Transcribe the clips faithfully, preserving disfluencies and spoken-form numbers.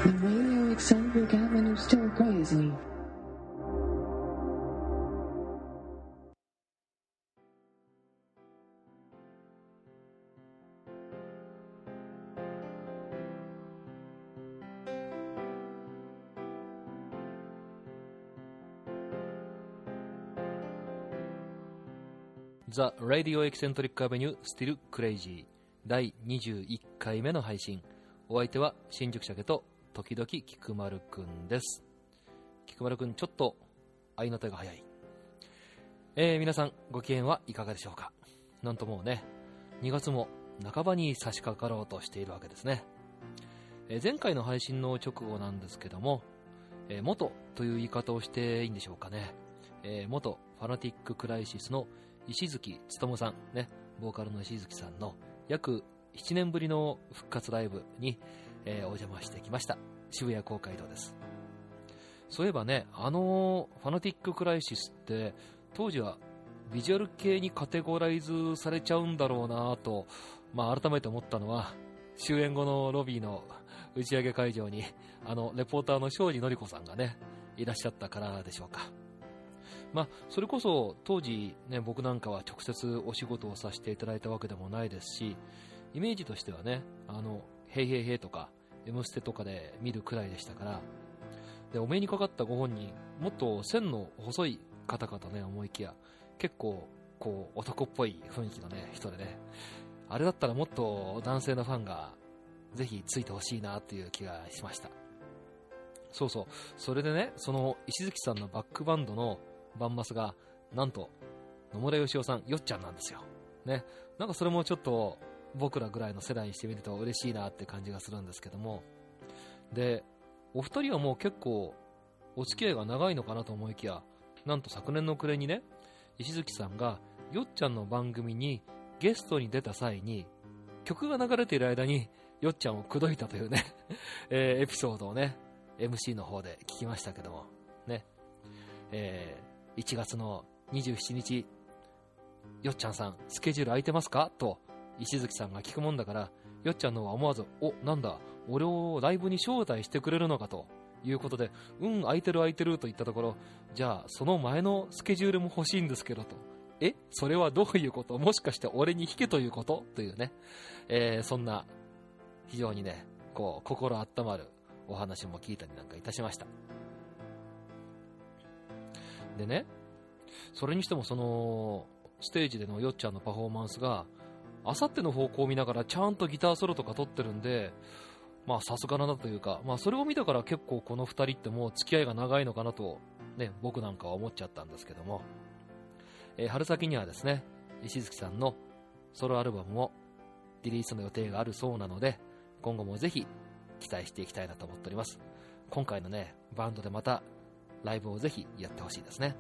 The radio eccentric avenue still crazy. ザ・ラディオエキセントリックアベニュースティルクレイジーだいにじゅういっかいめの配信。お相手は新宿鮭と時々菊丸くんです。菊丸くん、ちょっと合いの手が早い。えー、皆さんご機嫌はいかがでしょうか。なんともうね、にがつも半ばに差し掛かろうとしているわけですね。えー、前回の配信の直後なんですけども、えー、元という言い方をしていいんでしょうかね。えー、元ファナティッククライシスの石月勉さんね、ボーカルの石月さんの約ななねんぶりの復活ライブに、えー、お邪魔してきました。渋谷公会堂です。そういえばね、あのファナティッククライシスって当時はビジュアル系にカテゴライズされちゃうんだろうなと、まあ、改めて思ったのは終演後のロビーの打ち上げ会場にあのレポーターの庄司典子さんがねいらっしゃったからでしょうか。まあ、それこそ当時、ね、僕なんかは直接お仕事をさせていただいたわけでもないですし、イメージとしてはね、あのヘイヘイヘイとか M ステとかで見るくらいでしたから、でお目にかかったご本人、もっと線の細い方かとね思いきや、結構こう男っぽい雰囲気のね人でね、あれだったらもっと男性のファンがぜひついてほしいなという気がしました。そうそう、それでね、その石月さんのバックバンドのバンマスがなんと野村義雄さん、よっちゃんなんですよね。なんかそれもちょっと僕らぐらいの世代にしてみると嬉しいなって感じがするんですけども、でお二人はもう結構お付き合いが長いのかなと思いきや、なんと昨年の暮れにね、石月さんがよっちゃんの番組にゲストに出た際に曲が流れている間によっちゃんを口説いたというね、えー、エピソードをね エムシー の方で聞きましたけどもね、えーいちがつのにじゅうしちにち、よっちゃんさんスケジュール空いてますかと石月さんが聞くもんだから、よっちゃんのは思わず、お、なんだ俺をライブに招待してくれるのかということで、うん空いてる空いてると言ったところ、じゃあその前のスケジュールも欲しいんですけどと、え、それはどういうこと、もしかして俺に弾けということというね、えー、そんな非常にねこう心温まるお話も聞いたりなんかいたしました。でね、それにしてもそのステージでのよっちゃんのパフォーマンスがあさっての方向を見ながらちゃんとギターソロとか撮ってるんで、まあさすがだなというか、まあそれを見たから結構このふたりってもう付き合いが長いのかなとね、僕なんかは思っちゃったんですけども、えー、春先にはですね、石月さんのソロアルバムもリリースの予定があるそうなので、今後もぜひ期待していきたいなと思っております。今回のねバンドでまたライブをぜひやってほしいですね。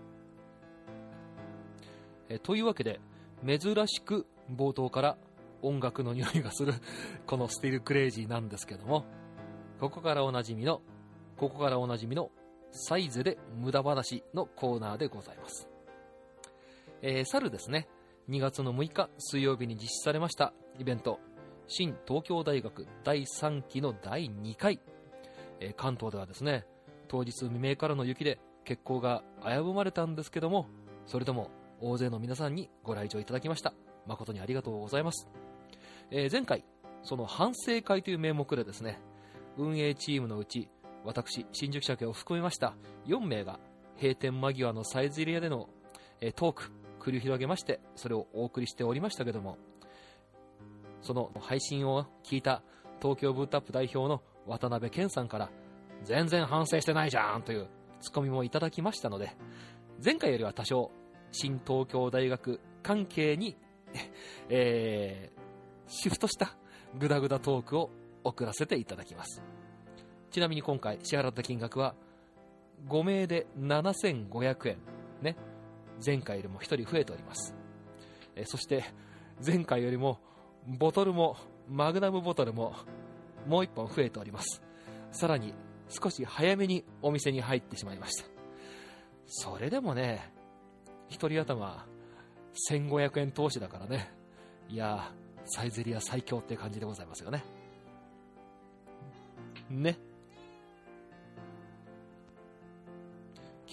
えというわけで珍しく冒頭から音楽の匂いがするこのスティルクレイジーなんですけども、ここからおなじみのここからおなじみのサイゼで無駄話のコーナーでございます。えー、去るですねにがつのむいか水曜日に実施されましたイベント、新東京大学だいさんきのだいにかい、えー、関東ではですね当日未明からの雪で欠航が危ぶまれたんですけども、それでも大勢の皆さんにご来場いただきました。誠にありがとうございます。えー、前回その反省会という名目でですね、運営チームのうち私新宿鮭を含めましたよんめいが閉店間際のサイズエリアでの、えー、トーク繰り広げまして、それをお送りしておりましたけども、その配信を聞いた東京ブートアップ代表の渡辺健さんから全然反省してないじゃんというツッコミもいただきましたので、前回よりは多少新東京大学関係に、えー、シフトしたグダグダトークを送らせていただきます。ちなみに今回支払った金額はごめいでななせんごひゃくえんね、前回よりもひとり増えております。えー、そして前回よりもボトルもマグナムボトルももういっぽん増えております。さらに少し早めにお店に入ってしまいました。それでもね一人頭せんごひゃくえん投資だからね、いやサイゼリア最強って感じでございますよね。ね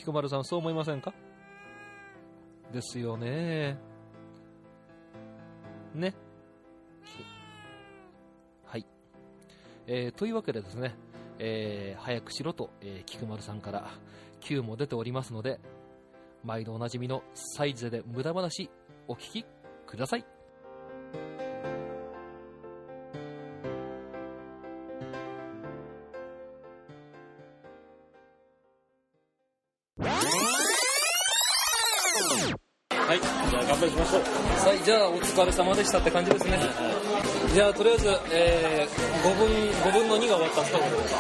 菊丸さんそう思いませんか？ですよね。ね。はい。えー、というわけでですね、えー、早くしろと、えー、菊丸さんから Q も出ておりますので、毎度おなじみのサイゼで無駄話お聞きください。 はい、じゃあ乾杯しましょう。 はい、じゃあお疲れ様でしたって感じですね。じゃあとりあえず、えー、ごぶん、ごぶんのにが終わったスタートです。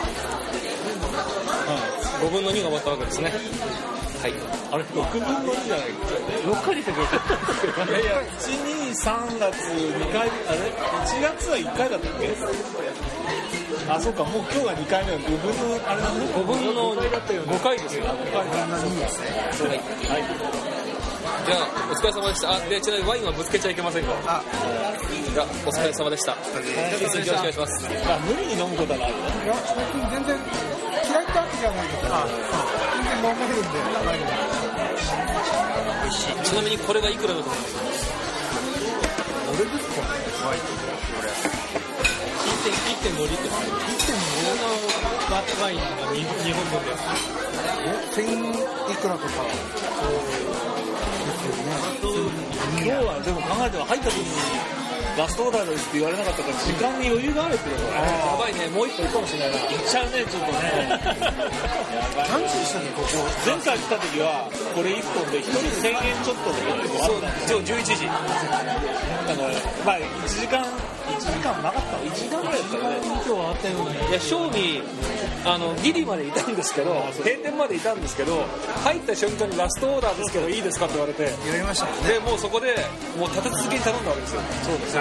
うん、ごぶんのにが終わったわけですね。はい。 あれ、ろくぶんのにじゃない。 ろっかにしてくれた。 いやいや、いち、に、さんがつにかい、あれ ?いち 月はいっかいだったっけ？あ、そうか、もう今日がにかいめのごぶんの、あれなんだ、 ごぶんのごかいだったよね。 ごかいですよ。 ごかいだったにですね。 はい。はい。じゃあ、お疲れ様でした。あ、で、ちなみにワインはぶつけちゃいけませんから。あ、じゃあ、お疲れ様でした。引き続きよろしくお願いします。 あ、無理に飲むことはないよね。 いや、僕全然嫌いってわけじゃないけど、あ、全然飲めるんで、 美味しい。ちなみにこれがいくらだと思いますか？ 俺ですか？ワインこれ。 いってんごリットル。いってんご のワインがにほんぶんです。 え、せんいくらとか。 今日はでも考えては入った時にラストオーダーですって言われなかったから時間に余裕があるってことだね。 やばいね、もう一個いくかもしれないな。 いっちゃうね、ちょっとね。 何時にしたのここ？ 前回来た時はこれいっぽんでひとりせんえんちょっとで終わったんですよ。 じゅういちじ。 だからまあいちじかんいちじかんなかったいちじかんぐらいですからね。今日はあったように。 いや、正味あのギリまでいたんですけど、閉店までいたんですけど、入った瞬間にラストオーダーですけどいいですかって言われて、 言われましたもんね。 でもうそこでもう立て続けに頼んだわけですよ。 そうですよ。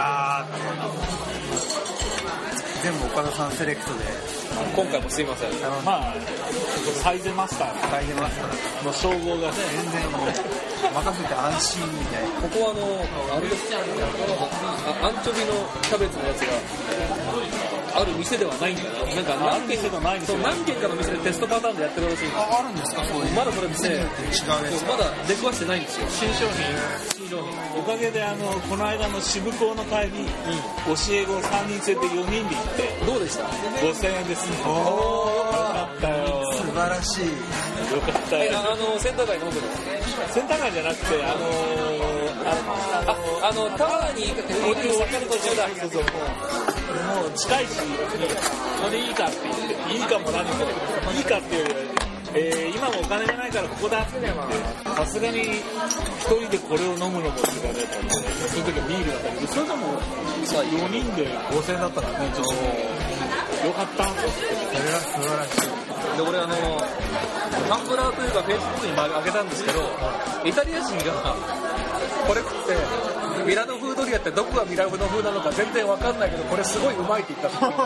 全部岡田さんセレクトで。 今回もすいません。 まあサイゼマスターサイゼマスターの称号がね全然もう任せて安心みたいな。 ここはあのあれですあアンチョビのキャベツのやつがある店ではないんだな。なんか何軒かないんですよ。何軒かの店でテストパターンでやってるらしいんです。 あ、あるんですか？そういうまだこれ店違うやつ。 まだ出くわしてないんですよ。 新商品新商品おかげであのこの間の渋港の帰り、うん、教え子さんにん連れてよにんで行ってどうでした？ ごせんえんですね。おー、よかったよ。 素晴らしい。 よかったよ。 あのセンター街の奥です。 センター街じゃなくてあのー、 ああのタワーに降りる先の途中だ。 そうそうもう近いしこれいいかって言っていいかも何もいいかっていうよりえー、今もお金がないからここだってさすがに一人でこれを飲むのもって言われたんで、その時はビールだったけど、それでもさよにんでごせんえんだったらね、ちょっとよかったんですよ。 それは素晴らしい。 で俺あのタンブラーというかフェイスブックにあげたんですけど、イタリア人がこれ食ってミラノ風ドリアってどこがミラノ風なのか全然わかんないけどこれすごいうまいって言った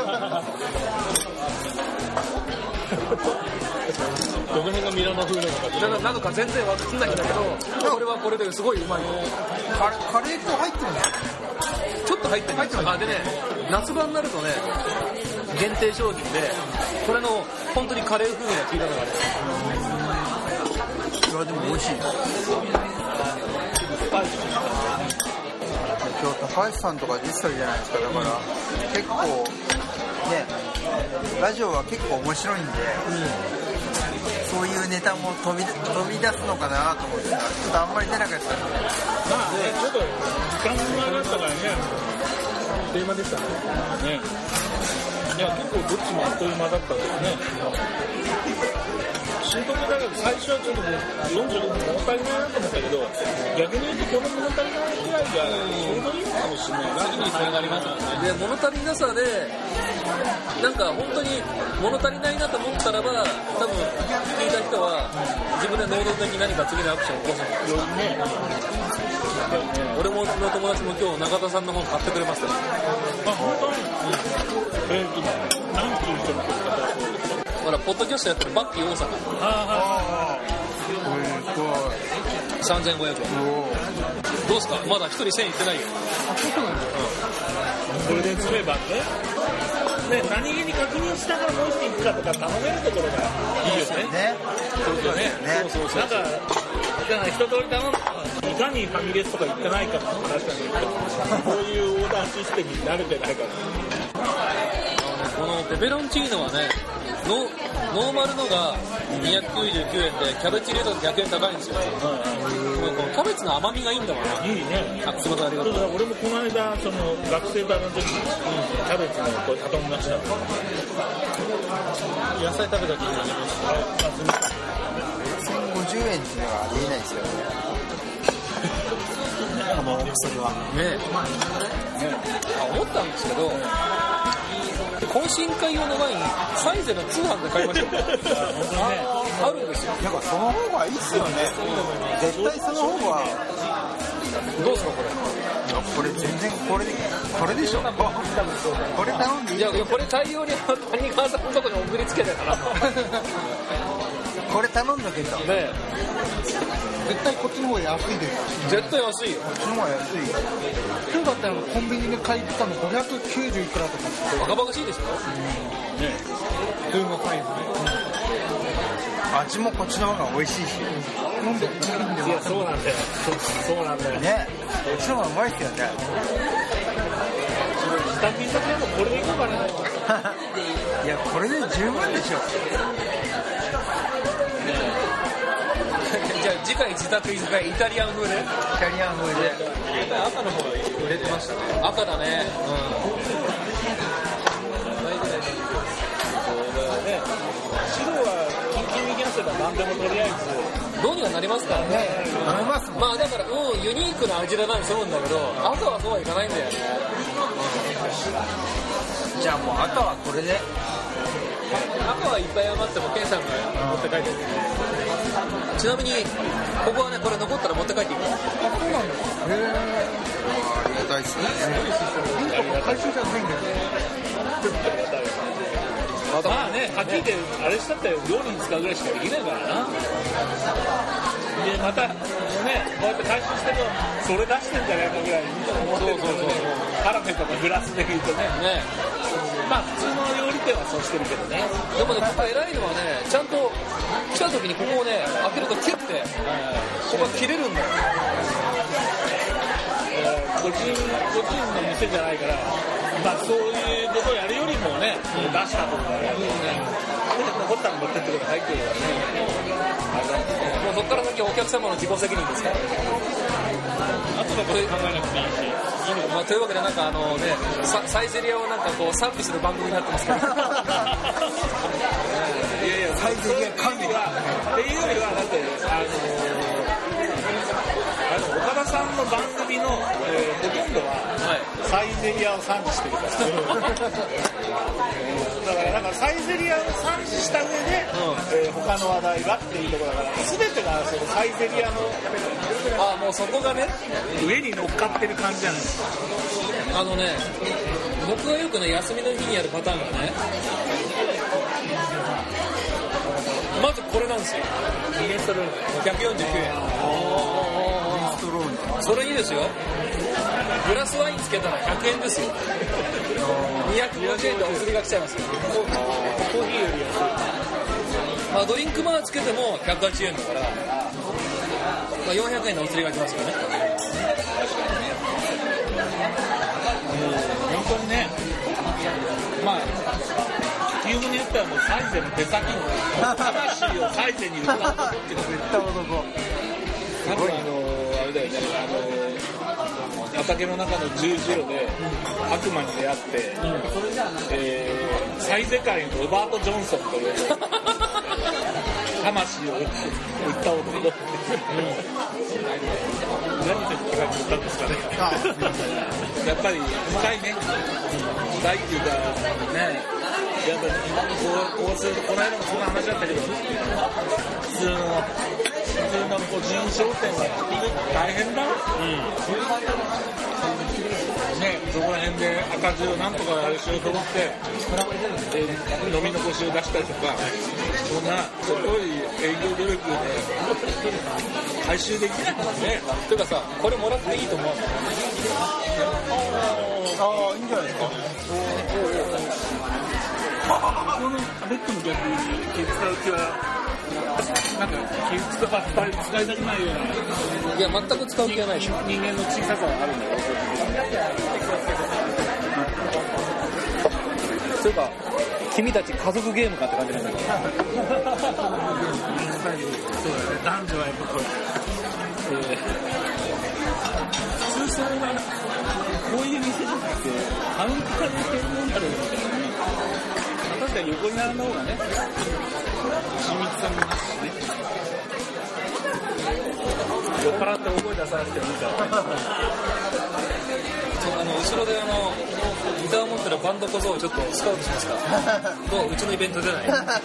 どの辺がミラノ風なのかなのか全然わかんないんだけど、これはこれですごいうまい。 カレーカレー粉入ってるんですか？ ちょっと入ってるんですよ。あでね、夏場になるとね限定商品でこれの本当にカレー風味が効いたのがある。 いやでも美味しい。今日高橋さんとか出てたじゃないですか。だから、うん、結構ねラジオは結構面白いんで、うん、そういうネタも飛び飛び出すのかなと思ってたらちょっとあんまり出なかったんで、 まあねちょっと時間がなかったからねテーマでしたね。ねいや結構どっちもあっという間だったんですね。習得だけど最初はちょっともうよんじゅうごふん物足りないなと思ったけど、逆に言うとこの物足りないぐらいがちょうどいいかもしれないな。次にそれがありますもんね。 で物足りなさでなんか本当に物足りないなと思ったらば多分聞いた人は自分で能動的に何か次のアクションを起こすんですよね。俺もの友達も今日中田さんの本買ってくれましたよ。 あ本当に、うん、えー、何ていう人のことかほらポッドキャストやってるバッキー大阪。ああさんぜんごひゃくえん。どうですか？まだ一人せんいってないよ。 あそうなんですか、うん、これで積めばねね、何気に確認したからもう一品いくかとか頼めるところがいいよね。 ね。 そうですよね。 そうそうそう。 なんか、だから一通り頼んだいかにファミレスとか行ってないかって話だけど、こういうオーダーシステムに慣れてないから。 このペペロンチーノはね、ノ, ノーマルのがにひゃくきゅうじゅうきゅうえんで、キャベツ入れると逆に高いんですよ。うん、このキャベツの甘みがいいんだもんな。 いいね。 あ、すみません、ありがとう。 俺もこの間、その学生団の時に、キャベツのこう頼みました。 野菜食べた気になりました。 せんごじゅうえんっていうのがありえないですよね。このそれは。 ねえ。あ、思ったんですけど、懇親会用のワイン、サイゼの通販で買いましたよ。あ, あるんですよ。 なんかその方がいいっすよね。絶対その方が。 どうすかこれ。 いやこれ全然これこれでしょ。これ頼んでいい。 いやこれ大量に谷川さんのとこに送りつけてたな。 これ頼んだけど。 ね。 絶対こっちの方が安いです。 絶対安いよ。 こっちの方が安い。 今日だってあのコンビニで買いったのごひゃくきゅうじゅういくらとか。 バカバカしいですよ。 ね。 普通のサイズで。 味もこっちの方が美味しいし。 飲んでチキンで。 いやそうなんだよ。そうそうなんだよ。 ね。こっちの方がうまいっすよね。 下ピザでもこれでいこうかな。 いやこれで十分でしょ。 じゃあ次回自宅居酒屋イタリアン風で。 イタリアン風で。 赤の方が売れてましたね。赤だね。うん。 白はキンキンに冷やせば何でもとりあえずどうにかなりますからね。 飲めますもん。 まあだからうんユニークな味だなにするんだけど、赤はそうはいかないんだよね。 じゃあもう赤はこれで。 赤はいっぱい余ってもケンさんが持って帰ってる。ちなみにここはねこれ残ったら持って帰っていい。あ、そうなんだ。 へえ。ありがたいっすね。 回収じゃないんだよ。 まあね、はっきり言ってあれしたって料理に使うぐらいしかできないからな。でまたねこうやって回収してもそれ出してんじゃないかぐらい思ってるけどね。カラフェとかグラスで言うとね。 ね。 まあ普通の料理店はそうしてるけどね。 でもね、ここ偉いのはね、ちゃんと来た時にここをね、開けるとキュッて、ここが切れるんだよ。 個人個人の店じゃないから、まあそういうことをやるよりもね、出したとかやるよね。残ったの持ってってくださいっていうのはね。 もうそこから先はお客様の自己責任ですから。 あとはこれ考えなくていいし。 まあ、というわけでなんかあのね、サ, サイゼリアをなんかこう賛美する番組になってますけど。いやいやサイゼリア管理はっていうよりはだってあのあの岡田さんの番組の、えー、ほとんどは、はい、サイゼリアを賛美してるから。だからなんかサイゼリアを賛美した上で、うんえー、他の話題がっていうところだから全てがそのサイゼリアのあもうそこがね上に乗っかってる感じじゃないですか。 あのね僕がよくね休みの日にやるパターンがねまずこれなんですよ。ミネストローネひゃくよんじゅうきゅうえん。 ミネストローネそれいいですよ。グラスワインつけたらひゃくえんですよ。にひゃくごじゅうえんでお釣りが来ちゃいますよ。 コーヒーより安い。 まあドリンクバーつけてもひゃくはちじゅうえんだから、まあ、よんひゃくえんのお釣りが来ますよね。 本当にね、まあ理由によってはもうサイゼの手先の魂をサイゼに売った男っていうのを言った男。すごいのあれだよね。あの畑の中の十字路で悪魔に出会って、えー、サイゼ界のロバート・ジョンソンという魂を売った男って。何で言ったんですかね。やっぱり深いね。深いっていうかね。やっぱりこう、こうするとこの間もそんな話だったけど、普通の普通の個人商店は大変だ。うん。ね、そこら辺で赤字をなんとかあれしようと思って、えー、飲み残しを出したりとか、そんなすごい営業努力で回収できないもんね。 というかさ、これもらっていいと思う。 ああ、いいんじゃないですか。 このベッドの逆に気使う気はなんか気使う使いたくないようないや全く使う気はないでしょ。 人間の小ささはあるんだよ。 それか君たち家族ゲームかって感じなんだけど。 やっぱりそうだね、男女はやっぱこう、えー、普通それはこういう店じゃなくてカウンターで専門になるみたいなね。確かに横に並んだ方がね親密さもますしね。酔っ払って大声出さなくてもいいからあの後ろであのギターを持ってるバンド小僧をちょっとスカウトしますかどううちのイベント出ないそんなあ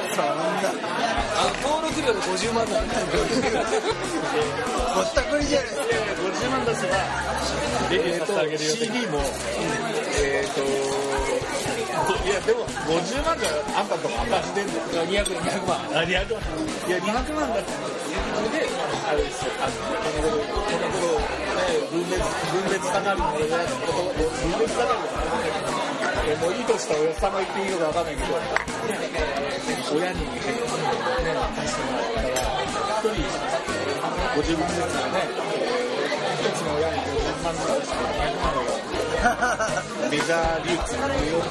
登録料でごじゅうまんなんだぼったくりじゃないですか。 ごじゅうまん出せばえーと シーディー もえーといやでもごじゅうまんじゃあんたとか赤字でんだよ。にひゃくまんあにひゃくまんいやにひゃくまんだってそれであれですよ、あのこの頃この頃ね分別分別係の俺が分別係のもういいとしたおやつさんが言っていいのか分かんないけど親にね出してもらったらひとりごじゅうまんずつがね一つの親にごじゅうまんずつ出してにひゃくまんのメジャー流通のよう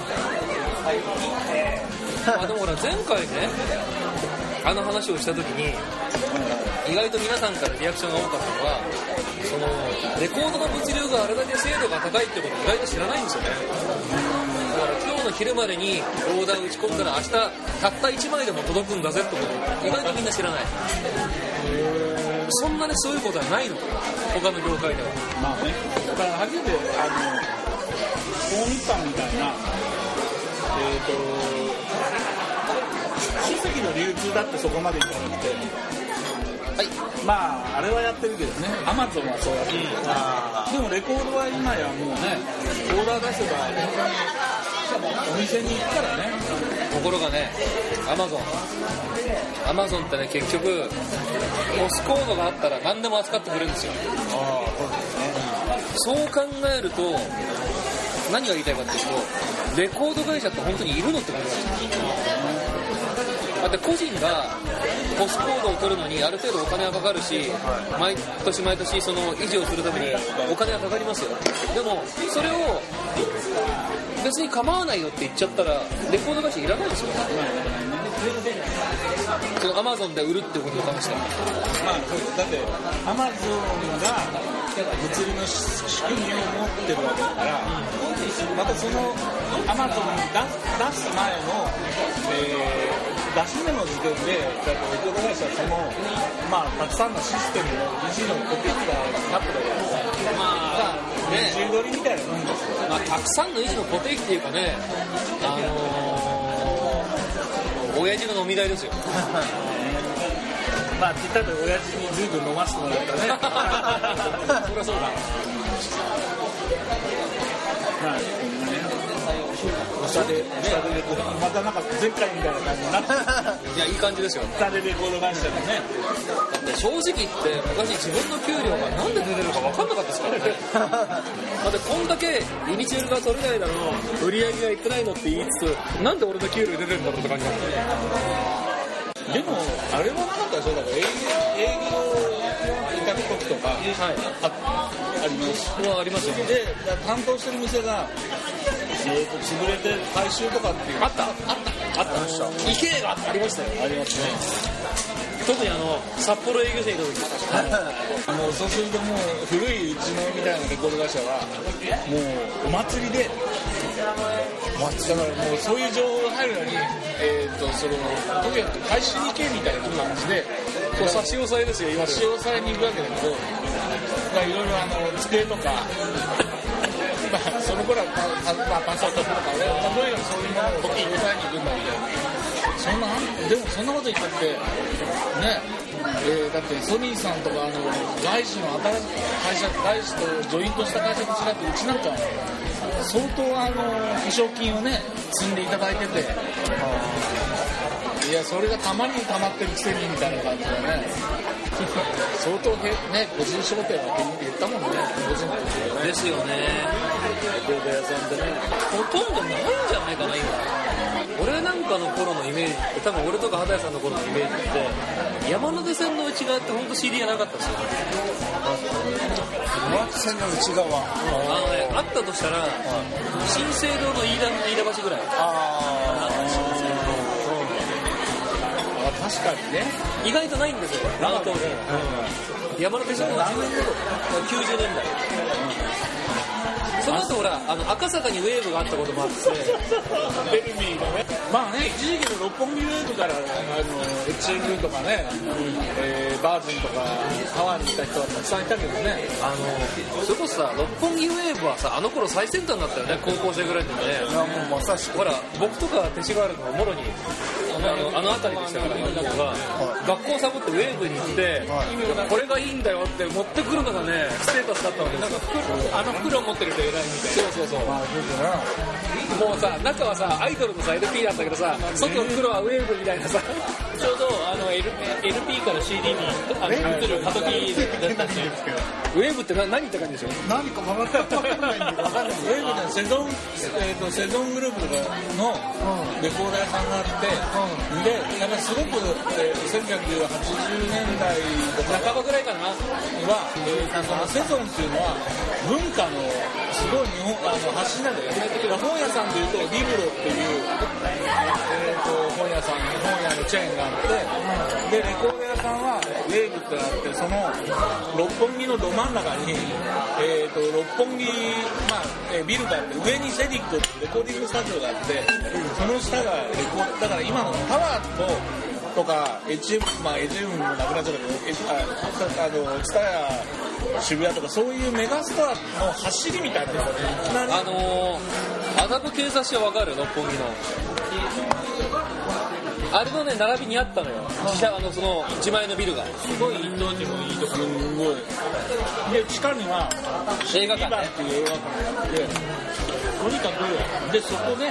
あでもほら前回ねあの話をした時に意外と皆さんからリアクションが多かったのはそのレコードの物流があれだけ精度が高いってことを意外と知らないんですよね。だから今日の昼までにオーダー打ち込んだら明日たったいちまいでも届くんだぜってこと意外とみんな知らない。そんなにそういうことはないの他の業界では。 まあね、だから初めてあの大日産みたいなえっ、ー、と書籍の流通だってそこまでいかなくて、はい、まああれはやってるけどね、アマゾンはそうやってる、うん、でもレコードは今やもうねオーダー出せばお店に行ったらね。 ところがねアマゾンアマゾンってね結局モスコードがあったら何でも扱ってくれるんですよ。あそうですね、そう考えると何が言いたいかっていうとレコード会社って本当にいるのって感じなんですよ。だって個人がポスコードを取るのにある程度お金はかかるし、毎年毎年その維持をするためにお金はかかりますよ。でもそれを別に構わないよって言っちゃったらレコード会社いらないですよ。そのアマゾンで売るってことに関しては、 まあ、だってアマゾンが物流の仕組みを持ってるわけだから、またそのアマゾンに出す前の、えー、出し目の時点でだってレコード会社はその、まあ、たくさんのシステムの維持のコピーがカップだからまあね、重取りみたいなもんですよ。 まあ、たくさんの維持の固定費っていうかね、あのー、親父の飲み代ですよ。 まあ、ぴったり親父に随分飲ませてもらったね。 そりゃそうだ。 まあ、下で、下でレコード、またなんか前回みたいな感じになって。 いや、いい感じですよ。 下でレコード会社でね。 だって正直言って昔自分の給料がなんで出てるか分かんなかったですからね。だってこんだけイニシャルが取れないだろう、売り上げがいってないのって言いつつ、なんで俺の給料出てるんだろうって感じなんですよ。 でもあれはなかったでしょ。だから営業営業委託時とか、はい、あ, ありますはありますよね。 で担当してる店が、えー、と潰れて回収とかっていうあったあったあったました。イケーがありましたよ。 ありますね。 特にあの札幌営業所にいた時もうそうするともう古いうちのみたいなレコード会社はもうお祭りでだからもうそういう情報が入るのに、えー、とそのとにかく回収に行けみたいな感じでこう差し押さえですよ。 差し押さえに行くわけだけど、まあ、いろいろあの机とかまあその頃はパ, パ, パソコンとかね、とにかくそういうものを時に押さえに行くんだみたいな。そんなでもそんなこと言ったってね、えー、だってソニーさんとかあの外資の新しい会社外資とジョイントした会社と違ってうちなんか相当あの保証金をね積んでいただいてて、いやそれがたまに溜まってるくせにみたいな感じでね相当へね個人商店は減ったもんね。個人ですよね。 レコード屋さんでねほとんどないんじゃないかな今。俺俺なんかの頃のイメージって多分俺とか畑谷さんの頃のイメージって山手線の内側って本当 シーディー がなかったですよ。 山手線の内側、 あのね、あったとしたら、新生堂の飯田、飯田橋ぐらい。 ああ確かにね。 意外とないんですよ、あの当時。山手線の内側きゅうじゅうねんだい。その後ほら、あの赤坂にウェーブがあったこともあってベルミーがね、まあね、一時期の六本木ウェーブからあのエッチエンルとかね、えー、バーズンとかハワイにいた人はたくさんいたけどね、 あのそれこそさ、六本木ウェーブはさ、あの頃最先端だったよね、高校生ぐらいでね。 いやもうまさしくほら、僕とか勅使川原のもろにあの、あの辺りでしたから、みんなが、はい、学校をサボってウェーブに行って、はい、これがいいんだよって持ってくるのがね、ステータスだったわけです。なんかあの袋持ってると偉いみたいな。そうそうそう。まあ、もうさ、中はさ、アイドルのさ エルピー なんだけどさ、外の袋はウェーブみたいなさ、ちょうどあの エルピー から シーディー にあの移る過渡期だったんで、ウェーブって何って感じでしょ。 何か分からないんで分かんない。ウェーブってセゾン、えーと、セゾングループとかのレコーダーさんがあって、うん、で、なんかすごく、えー、せんきゅうひゃくはちじゅうねんだいとか半ばぐらいかなは、 えー、そのセゾンっていうのは文化のすごい日本あの発信なんだよね。本屋さんでいうとリブロっていう、えー、と本屋さん本屋のチェーンがあって、でレコード屋さんはウェーブってあって、その六本木のど真ん中に、えー、と六本木、まあえー、ビルがあって、上にセディックっていうレコーディングスタジオがあって、その下がレコーだから今のタワーととか エイチエム、まあ エイチエム もなくなっちゃったけど、ああのツタヤ渋谷とかそういうメガストアの走りみたいなのがいきなり、 あのー、麻布警察署わかる？六本木のあれのね、並びにあったのよ、自社あのその自前のビルがすごいインド人もいいところ、すごいで、地下には映画館、ね、 っていう映画館があって、とにかくでそこで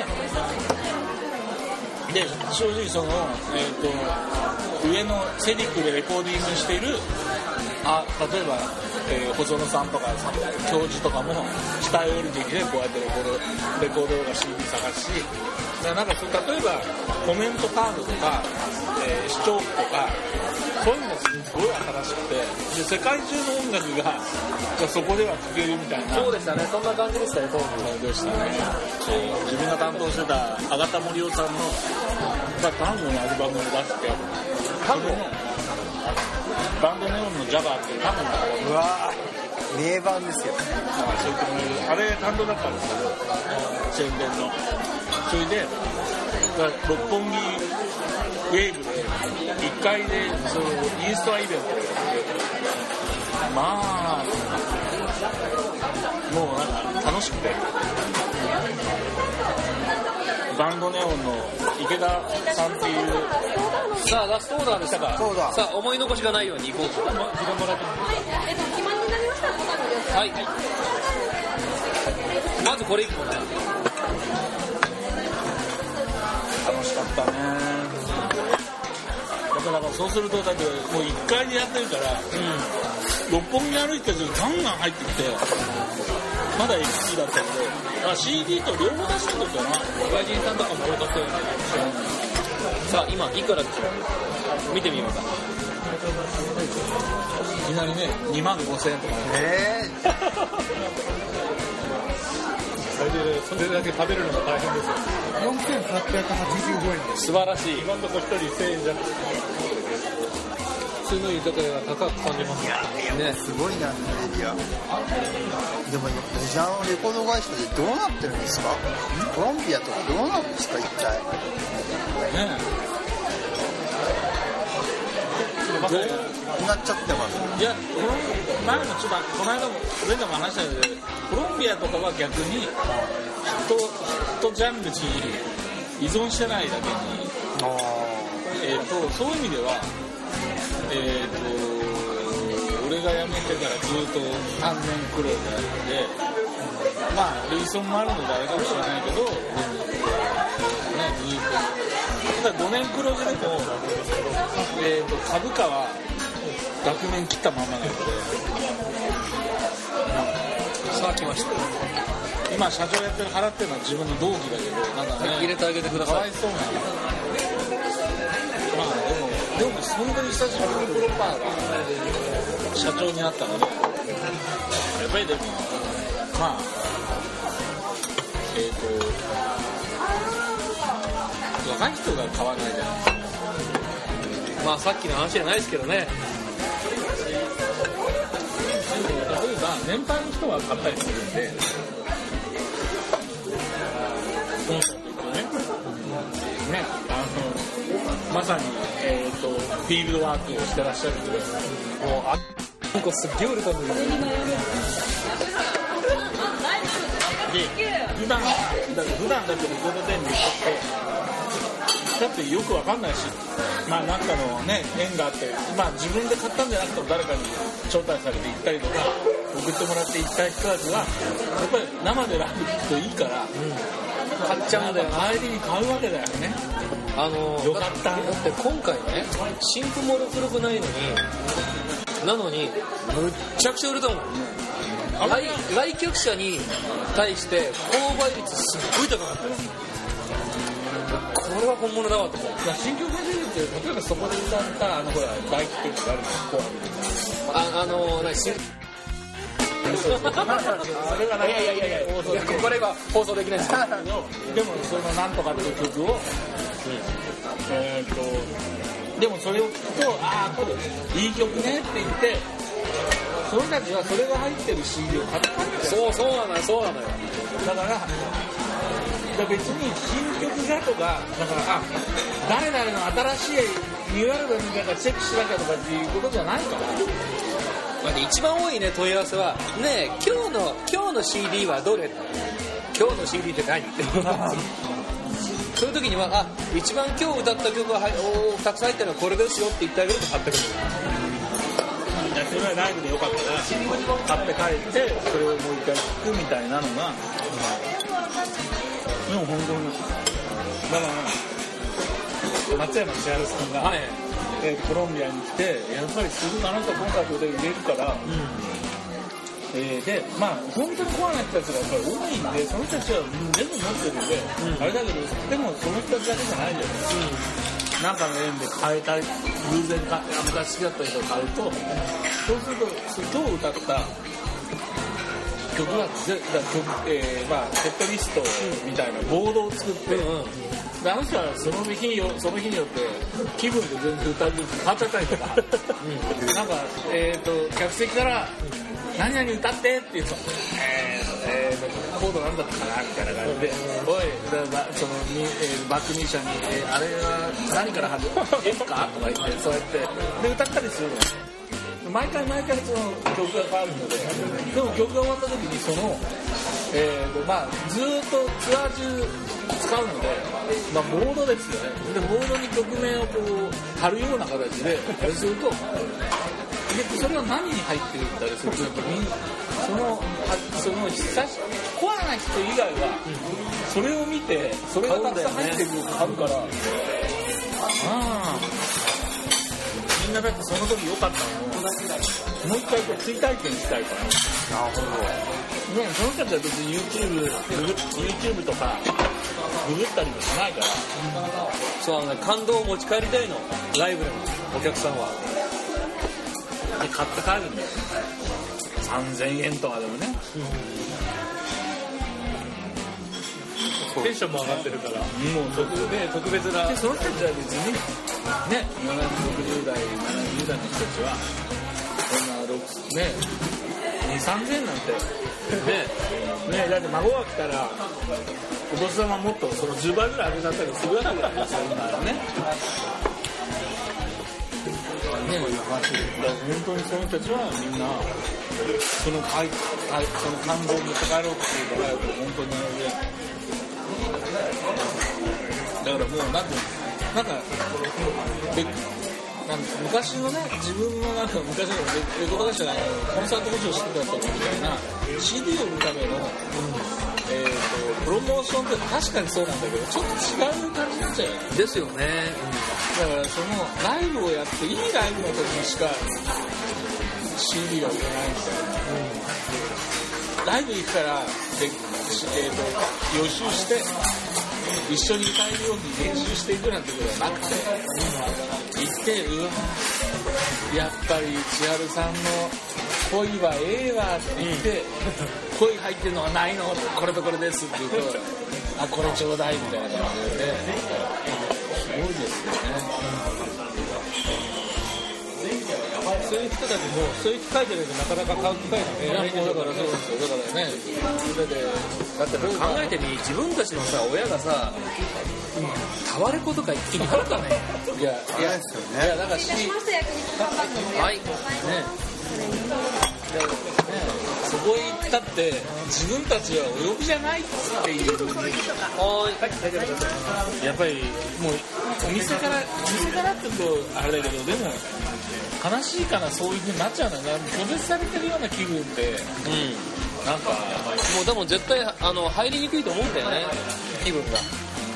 で正直その、えー、と上のセディックでレコーディングしている、あ例えば、えー、細野さんとかさ教授とかも下へ降りてきてこうやってレコードレコードが シーディー 探し、なんかそう例えばコメントカードとか、えー、視聴器とかそういうのがすごい新しくて、で世界中の音楽がそこでは聴けるみたいな。 そうでしたね、そんな感じでしたね、当時でしたね。自分が担当してた阿形森夫さんの単語のアルバムを出して単語バンドネオンのジャガーっていう単語のアルバム、 うわー名盤ですよ。 そういったあれ担当だったんですけど、宣伝のそれで六本木ウェーブでいっかいでそのインストアイベントをやって、まあもうなんか楽しくて、バンドネオンの池田さんっていう、 さあラストオーダーでしたか。 そうだ。 さあ思い残しがないように行こう。時間もらってます。 えっと決まりになりました。 はい、まずこれいっこね。 楽しかったね。だからそうするとだってもういっかいでやってるから、うん、六本木に歩いてる人ガンガン入ってきて、まだ エイチピー だったけど、シーディー と両方出してるんだよな。 外人さんとかも多かったよね。さあ今いくらでしょう、見てみようか。 いきなりねにまんごせんえんとかね。 えー、それだけ食べるのが大変ですよ。 よんせんはっぴゃくはちじゅうごえんです。 素晴らしい。 今のところひとりせんえんじゃん。 普通の居酒屋が高く感じますね。 すごいな、メディア。でもメジャーのレコード会社でどうなってるんですか？コロンビアとかどうなんですか一体。 ねどうなっちゃってます。 いや、この前もちょっとこの間も上でも話したけど、コロンビアとかは逆にヒット、ヒットジャンルに依存してないだけに、えーと、そういう意味では、えーと、俺が辞めてからずっとさんねんくらいでやって、まあレイソンもあるのであれかもしれないけど、ね、ずっと。ただごねん黒字でも、えーと、株価は額面切ったままなので、 さあ来ました。 今社長やってる払ってるのは自分の同期だけど、なんかね、 入れてあげてください。 かわいそうな。まあでもでも本当に久しぶりにプロパーが社長になったので、やっぱりでもまあえっ、ー、と若い人が買わないじゃないですか。 まあさっきの話じゃないですけどね。 例えば年配の人が買ったりするんで、コンサート行くとね、ね、あのまさに、えー、とフィールドワークをしてらっしゃるので、 もうあなんかすっげえ売れたんだけど。 で普段だ普段だけレコード店に行ってだってよくわかんないし、まあなんかのね縁があって、まあ自分で買ったんじゃなくても誰かに招待されて行ったりとか送ってもらって行った人たちはやっぱり生でライブ聴くといいから、うん、買っちゃうんだよ。帰りに買うわけだよね。 あのよかった。 だって今回ね新譜もろくろくないのになのにむっちゃくちゃ売れたもん。来, 来客者に対して購買率すっごい高かったよ。これは本物だわと思う。 新曲が出るって、例えばそこで歌ったあのほら大ヒットがあるの、 ああの何新それがない。いやいやいやいや、 いやこれは放送できないですけどでもそのなんとかっていう曲を、うん、えー、っとでもそれを聞くと、ああこれいい曲ねって言ってその人たちはそれが入ってる シーディー を買って帰ってそうそうなのよそうなのよ。 だから別に新曲だとかだからあ誰々の新しいニューアルバムみたいなチェックしなきゃとかっていうことじゃないから。 まあ、一番多いね問い合わせはねえ今日の今日の シーディー はどれ？今日の シーディー って何？ってそういう時にはあ一番今日歌った曲がおたくさん入ってるのはこれですよって言ってあげると買ってくる。 いやそれはライブでよかったら買って帰ってそれをもう一回聴くみたいなのが、でも本当にだから松山千春さんが、はいえー、コロンビアに来てやっぱりすぐあの人コンサートで入れるから、うんえー、でまあ本当にコアな人たちがやっぱり多いんでその人たちは全部持ってるんで、うん、あれだけどでもその人たちだけじゃないじゃないですか、うん、なんかの縁で変えたい偶然か昔好きだった人を買うとそうすると今日歌った曲が曲、えーまあ、セットリストみたいなボードを作って、うんうん、であの人はその日によその日によって気分で全然歌う曲変わっちゃったりとか、うん、なんか、えー、と客席から何々歌ってって言うと、えーえー、コードなんだったかなみたいな感じで、おいだそのに、えー、バックミュージシャンに、えー、あれは何から始まる F かとか言ってそうやってで歌ったりするのね。毎回毎回その曲が変わるので、でも曲が終わった時にその、えーとまあ、ずーっとツアー中使うので、まあ、ボードですよね。でボードに曲名をこう貼るような形ですると、でそれは何に入ってるんだりするとそのその久しコアな人以外はそれを見てそれがたくさん入ってるのがあるから、ああみんなだってその時良かったのをもう一回こう追体験したいから。なるほどね。その人たちは別に YouTube, YouTube とかググったりもしないから、 そうあの、ね、感動を持ち帰りたいのライブでもお客さんはで買って帰るんだよ。さんぜんえんとかでもね、 うん、テンションも上がってるからもう特別、特別なでその人たちは別にねななじゅう、ろくじゅう代、ななじゅう代の人たちはそんなねにせんさんぜんえんなんてねねだって孫が来たらお年玉もっとそのじゅうばいぐらい上げちゃったりするわけじゃないですか今はね。ね、だから本当にその人たちはみんなそのかいその感動を持って帰ろうっていうから本当にだからもうなんてなんかでなん昔のね自分のなんか昔のレコード会社がコンサート補助してたとかみたいな シーディー を売るための、うんえー、とプロモーションって確かにそうなんだけどちょっと違う感じになっちゃうよね。 ですよね、 うん、だからそのライブをやっていいライブの時にしか シーディー が売れないみたいな、 ライブ行くからで、えー、と予習して一緒に歌えるように練習していくなんてことはなくて、行ってうわやっぱり千春さんの恋はええわって言って、うん、恋入ってるのはないのこれとこれですって言うとあこれちょうだいみたいな感じで、ね、すごいですよね。 そういう人たちもそういう機会じゃないとなかなか買う機会がね、 だからそうですよ。だからね、それでだって考えてみ、自分たちのさ親がさ、タワレコとか一気に買うかね。 いやいやですよね。 いやだからし、 はいね。 そこへ行ったって自分たちはお呼びじゃないっていう風にやっぱりもうお店からお店からって言うとあれだけど、でも悲しいかな、そういう風になっちゃうのが拒絶されてるような気分で、うん、なんかもうでも絶対あの入りにくいと思うんだよね、気分が。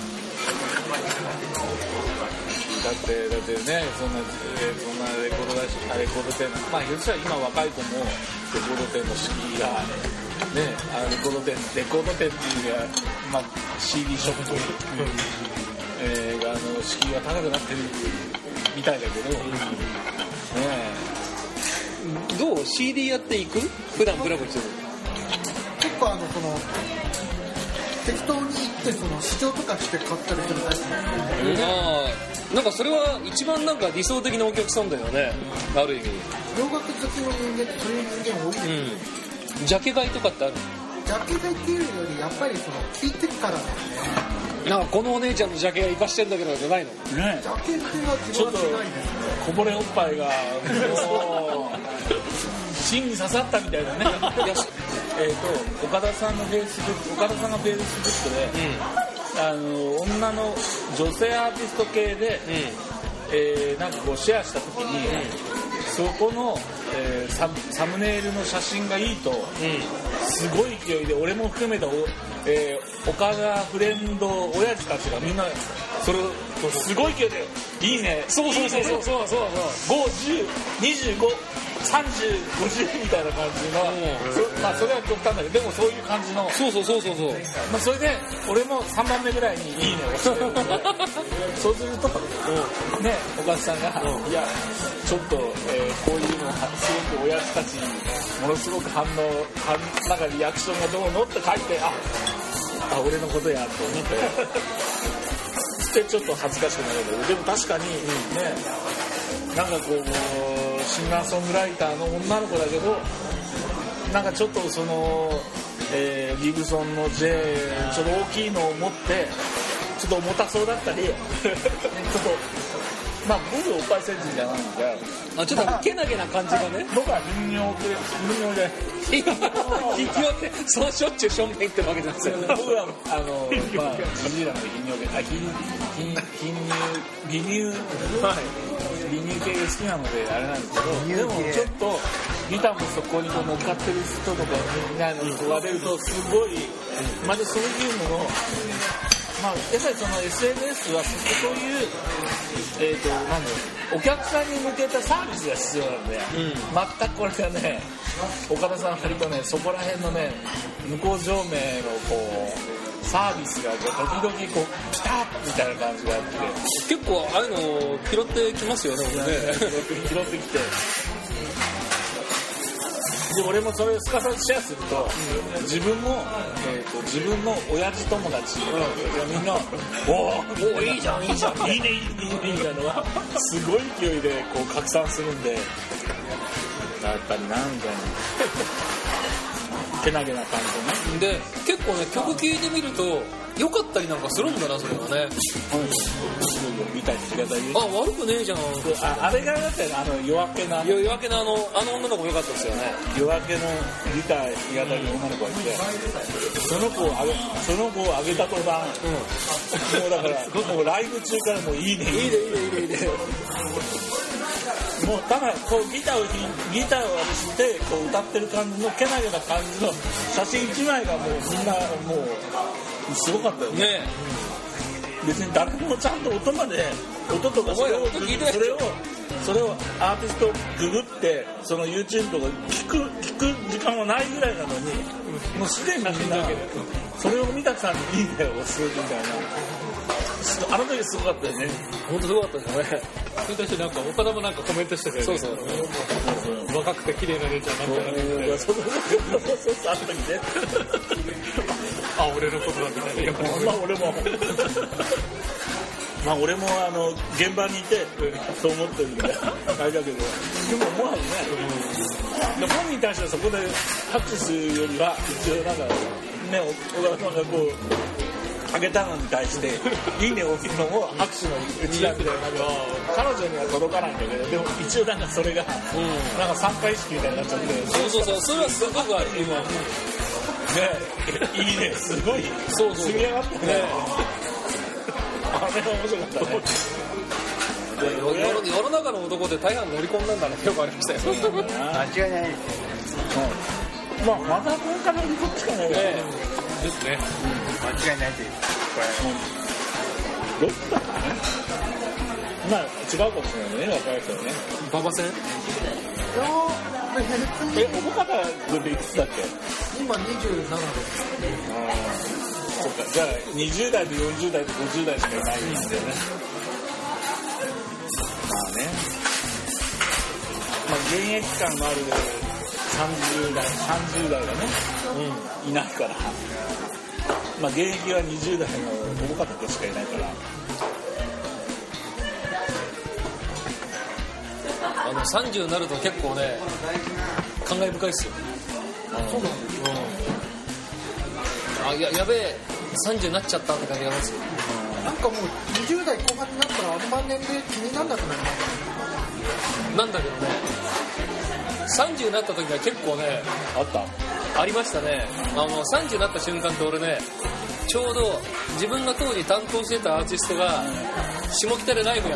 だってだってね、そんな、えー、そんなレコード会社レコード店、まあひょっとしたら今若い子もレコード店の敷居がね、あレコード店レコード店っていうか、まあ シーディー ショップ、うんえー、あの敷居が高くなってるみたいだけど、うん、ねえどう シーディー やっていく？普段ブラブラしてる。 結構あのその適当に行ってその視聴とかして買ったりするタイプなんで、 うん、あなんかそれは一番なんか理想的なお客さんだよね、ある意味。 洋楽好きの人間ってそういう人間多いですよ、 うん、ジャケ買いとかってある？ ジャケ買いっていうよりやっぱりその聞いてからなんで、 なんかこのお姉ちゃんのジャケが生かしてんだけどじゃないの？ ね、 ジャケっていうのは自分はしないですね。 こぼれおっぱいがもう芯に刺さったみたいなね。えーと岡田さんのフェイスブック岡田さんがフェイスブックで、うん、あの女の女性アーティスト系で、うんえー、なんかこうシェアした時に、うん、そこの、えー、サ, サムネイルの写真がいいと、うん、すごい勢いで俺も含めたお、えー、岡田フレンド親父たちがみんなそれをすごい勢いでいいね、 そうそうそうそうそうそうごじゅう、にじゅうごさんじゅう、ごじゅうみたいな感じの、うん、まあそれは極端だけど、でもそういう感じの、 そうそうそうそうそう、 まあそれで俺もさんばんめぐらいにいいねをしてるそうすると、うん、ね岡田さんが、うん、いやちょっと、えー、こういうのすごく親父たちにものすごく反応反なんかリアクションがどうのって書いて、ああ俺のことやと思ってでちょっと恥ずかしくなるけど、でも確かにね、うん、なんかこうシンガーソングライターの女の子だけど、なんかちょっとその、えー、ギブソンの J ちょっと大きいのを持ってちょっと重たそうだったりちょっとまあ僕おっぱい戦士じゃないんで、 あちょっとけなげな感じがね、 僕は頻尿で頻尿で頻尿ってそうしょっちゅう正面行ってるわけじゃないですよね。 僕はあのまあジジイラの頻尿であ頻頻頻乳離乳はい離乳系が好きなのであれなんですけど、でもちょっとギターもそこにこう乗っかってる人とかみたいなのに言われるとすごいまたそういうののまあ、やっぱりその エスエヌエス はそういう、えーと、なんだろう、お客さんに向けたサービスが必要なので、うん、全くこれがね、岡田さん割とね、そこら辺のね、向こう上名のこう、サービスが時々こう、ピタッみたいな感じがあって、 結構ああいうの拾ってきますよね、俺ね。 拾ってきて。で俺もそれをすかさずシェアすると、うん、自分も、えー、と自分の親父友達がみんな「おおいいじゃんいいじゃんいいねいいねいいね」みたいなのがすごい勢いでこう拡散するんで、やっぱりなんだろうけなげな感じで、結構ね曲聴いてみると良かったりなんかするんだな、それはね。 みたいな言い方言う。 あ、悪くねえじゃん。 あ、あれがだってあの夜明けな。 夜明けのあのあの女の子良かったですよね。 夜明けのギター弾き語りの女の子がいて、その子をあげその子をあげた途端、うん、もうだからもうライブ中からもういいねいいねいいねいいねいいね。もうただこうギターをギターをしてこう歌ってる感じのけなげな感じの写真一枚がもうみんなもうすごかったよね。ねえ、 別に誰もちゃんと音まで音とかそれをそれをそれをアーティストをググってその YouTube とか聞く聞く時間はないぐらいなのに、もうすでにみんなそれを見たさにいいねを押すみたいな。あの時すごかったよね。 本当すごかったですよね。 それに対してなんか岡田もなんかコメントしてたよね。 そうそう若くて綺麗な姉ちゃんなんてなってて、 そうそうそうあの時ね。 あ、俺のことだみたいな。 まあ俺もまあ俺もあの現場にいてそう思ってるんであれだけど、でも思わずね、うん、本人に対してはそこで拍手するよりは一応なんかね、小川さんがこうあげたのに対していいねを送るのも拍手のうちだみたいな、彼女には届かないんだけど、でも一応なんかそれが、うん、なんか参加意識みたいになっちゃって、 そうそうそう、それはすごくある今ね、いいねすごいそうそう積み上がってね、あれは面白かったね。 世の中の男って大半乗り込んだんだなってよくありましたよ。 間違いないです。 うん、まあまた今回のこっちかね。 ですね。 間違いないです。これ。どっちだかね。まあ違うかもしれないね、若い人はね。 馬場戦？ え、おぼかた軍でいくつだっけ？ 今にじゅうななです。 ああ、そっか。じゃあにじゅう代とよんじゅう代とごじゅう代しかいないんだよね。まあね。まあ現役感のあるさんじゅう代、さんじゅう代がね、うん、いないから。まあ現役はにじゅう代のおぼかたしかいないから。 あのさんじゅうになると結構ね、感慨深いっすよ。 そうなんですよ。 あ、や、やべえ、さんじゅうになっちゃったって感じがしますよ。 なんかもうにじゅう代後半になったらあんま年齢気にならなくなりますね。 なんだけどね、さんじゅうになった時は結構ね、 あったありましたね。あのさんじゅうになった瞬間って俺ね、ちょうど自分が当時担当してたアーティストが下北でライブやって、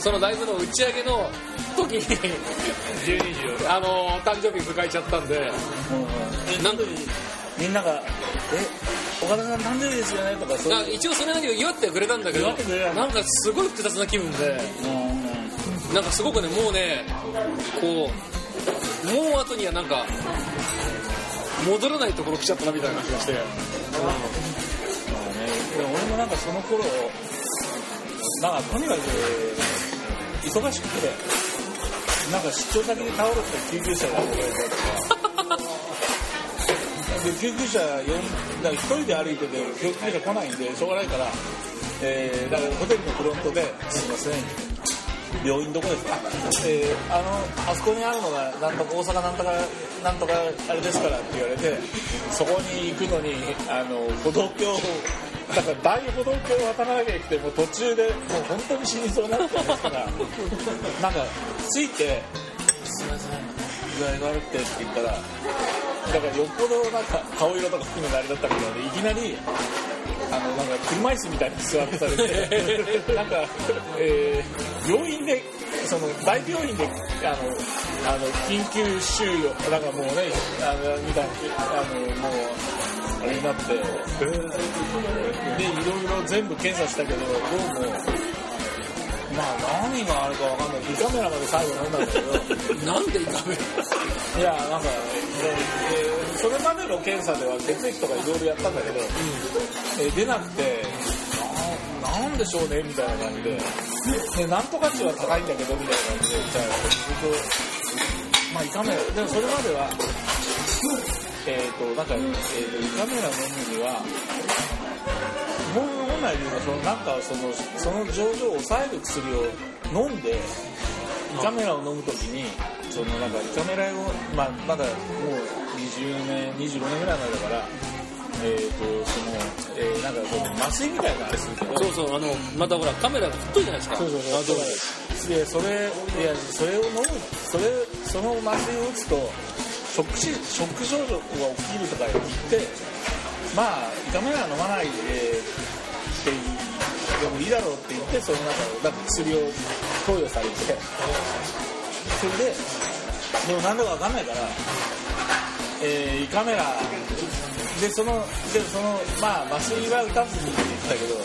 そのライブの打ち上げの時にじゅうにじあの誕生日迎えちゃったんで、 うん、なんかみんながえ岡田さん誕生日ですよねとかそう一応それなりに祝ってくれたんだけど、なんかすごい複雑な気分で、うん、なんかすごくね、もうね、こうもう後にはなんか戻らないところ来ちゃったなみたいな感じがして、うん、まあね、 でも俺もなんかその頃なんかとにかく忙しくてなんか出張先で倒れて救急車が運ばれたりとかで救急車呼んだ一人で歩いてて救急車来ないんでしょうがないから、えー、だからホテルのフロントですいません病院どこですか、えー、あのあそこにあるのがなんとか大阪なんとかなんとかあれですからって言われて、そこに行くのにあの歩道橋だから大歩道橋を渡らなきゃいけなくて、もう途中でもう本当に死にそうになってたんですからなんかついてすいません具合が悪くてって言ったら、だからよっぽどなんか顔色とか含めてあれだったみたいで、いきなりあのなんか車椅子みたいに座ってされてなんか、えー、病院でその大病院であのあの緊急収容なんかもうねあのみたいにあのもうあれになって、えー、でいろいろ全部検査したけどどうもまあ何があるかわかんない。胃カメラまで最後飲んだんだけどなんで胃カメラいやなんか、えー、それまでの検査では血液とかいろいろやったんだけど、うんえー、出なくてな、なんでしょうねみたいな感じで、でなんとか値は高いんだけどみたいな感じでじゃあずっとまあ胃カメラでもそれまではえっ、ー、となんか、えー、と胃カメラ飲むには本来で言うとそのなんかそのその症状を抑える薬を飲んで胃カメラを飲むときにそのなんか胃カメラを、まあ、まだもうにじゅうねんにじゅうごねんぐらい前だからえーとそのえー、なんかその麻酔みたいなあれするけどそうそうあのまたほらカメラが太いじゃないですか。 そうそうそうでそれいやそれを飲むそれその麻酔を打つとショックしショック症状が起きるとか言ってまあ胃カメラ飲まないでってでもいいだろうって言ってその中なんか薬を投与されてそれででも何だか分かんないから、えー、胃カメラでそのでそのまあ麻酔は打たずにって言ったけど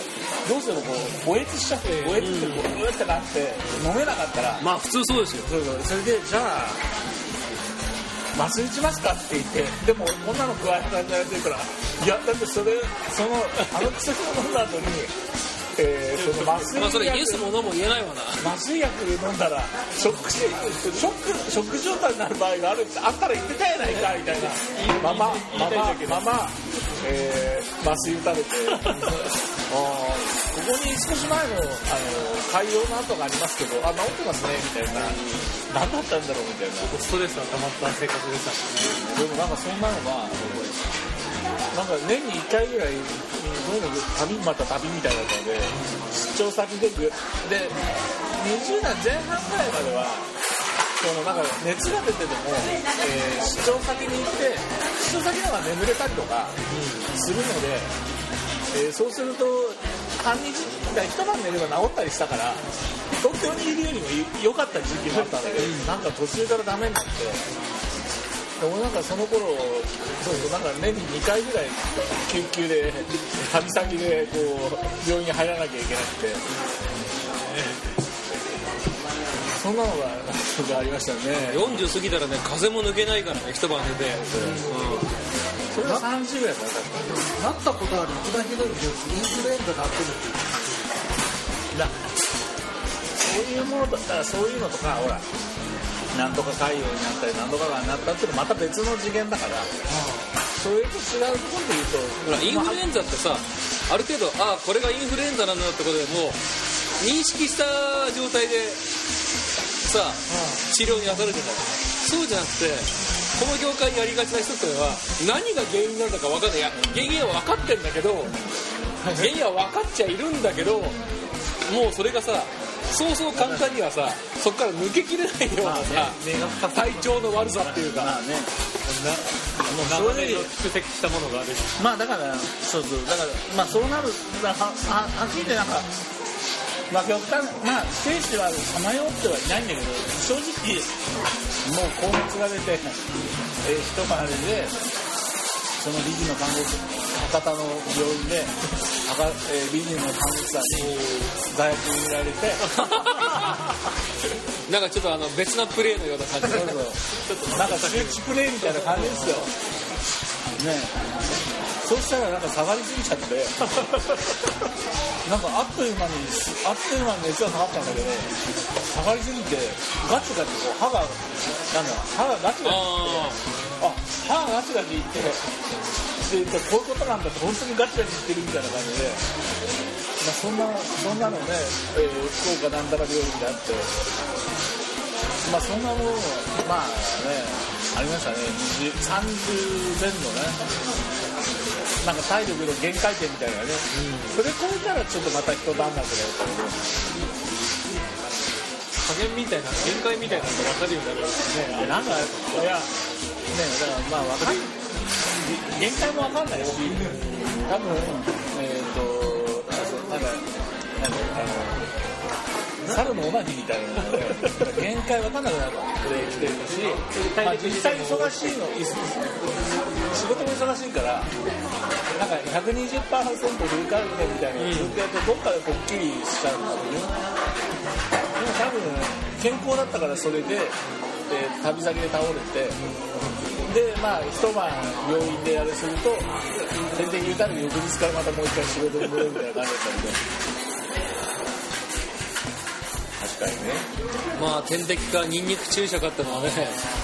どうしてもこうおえつしちゃって、おえつってこううってなって飲めなかったら、 まあ普通そうですよ。 そうそう、それでじゃあ麻酔打ちますかって言って、でもこんなの加えられてるから、いやだってそれそのあの薬を飲んだ後に、えー、その麻酔薬、 まあそれイエスもノーも言えないわな。 麻酔薬飲んだらショックショックショック状態になる場合があるってあったら言ってたやないかみたいな。まままままま、えー、麻酔打たれて。あここに少し前の、あの海洋の跡がありますけど、あ治ってますねみたいな、何だったんだろうみたいな、 ストレスが溜まった生活でしたね。 でもなんかそんなのがなんか年にいっかいぐらいそういうの旅また旅みたいだったので、出張先ででにじゅうだいぜん半ぐらいまではそのなんか熱が出てても、えー、出張先に行って出張先の方が眠れたりとかするので。えー、そうすると半日一晩寝れば治ったりしたから東京にいるよりも良かった時期もあったんだけど、なんか途中からダメになって、でもなんかその頃そうそうなんか年ににかいぐらい救急で旅先でこう病院に入らなきゃいけなくて、そんなのががありましたね。 よんじゅう過ぎたらね風も抜けないからね一晩寝て、うんそれはさんじゅうぐらいだったなったことある一番ひどい病気、インフルエンザになってるっていうだそういうものだったらそういうのとかほらなんとか海洋になったりなんとかがになったっていうのはまた別の次元だから、それと違うところで言うとほらインフルエンザってさある程度あこれがインフルエンザなんだってことでもう認識した状態でさ治療に当たるじゃない。そうじゃなくてこの業界にありがちな人っていうのは何が原因なんだか分かんない。いや原因は分かってんだけど原因は分かっちゃいるんだけどもうそれがさそうそう簡単にはさそこから抜けきれないようなさ体調の悪さっていうか、まあね、 長年の蓄積したものがある。 まあだからそうそうだからまあそうなるははっきり言ってなんかまあ極端まあステージはさまよってはいないんだけど正直もう高熱が出て、えー、一晩でその理事の看護師博多の病院で、えー、理事の看護師さんに座薬入れられてなんかちょっとあの別なプレーのような感じでちょっとなんか周知プレーみたいな感じですよね。そうしたらなんか下がりすぎちゃってなんかあっという間にあっという間に熱が下がったんだけど下がりすぎてガチガチこう歯がなんだ歯がガチガチいってあ歯がガチガチいってでこういうことなんだって本当にガチガチいってるみたいな感じで、まあ、そんなそんなのね、えー、福岡なんたら病院であってまあそんなものまあねありましたね。さんじゅうぜん後ねなんか体力の限界点みたいなね、うん、それ超えたらちょっとまた一段落だよ加減みたいな限界みたいなのが分かるようになるね。なんかいやねだからまあ分かん限界も分かんないし多分えっ、ー、となんかあの猿のオナニーみたいなので限界分かんなくなってきてるし、まあ、実際忙しいの仕事も忙しいからなんか ひゃくにじゅっパーセント 振り返ってみたいなのをずっとやってどっかでポッキリしちゃうんだけど、でも多分健康だったからそれで、えー、旅先で倒れてでまあ一晩病院でやれすると点滴打たれる翌日からまたもう一回仕事に戻るみたいな感じだったんで確かにね。 まあ点滴かニンニク注射かってのはね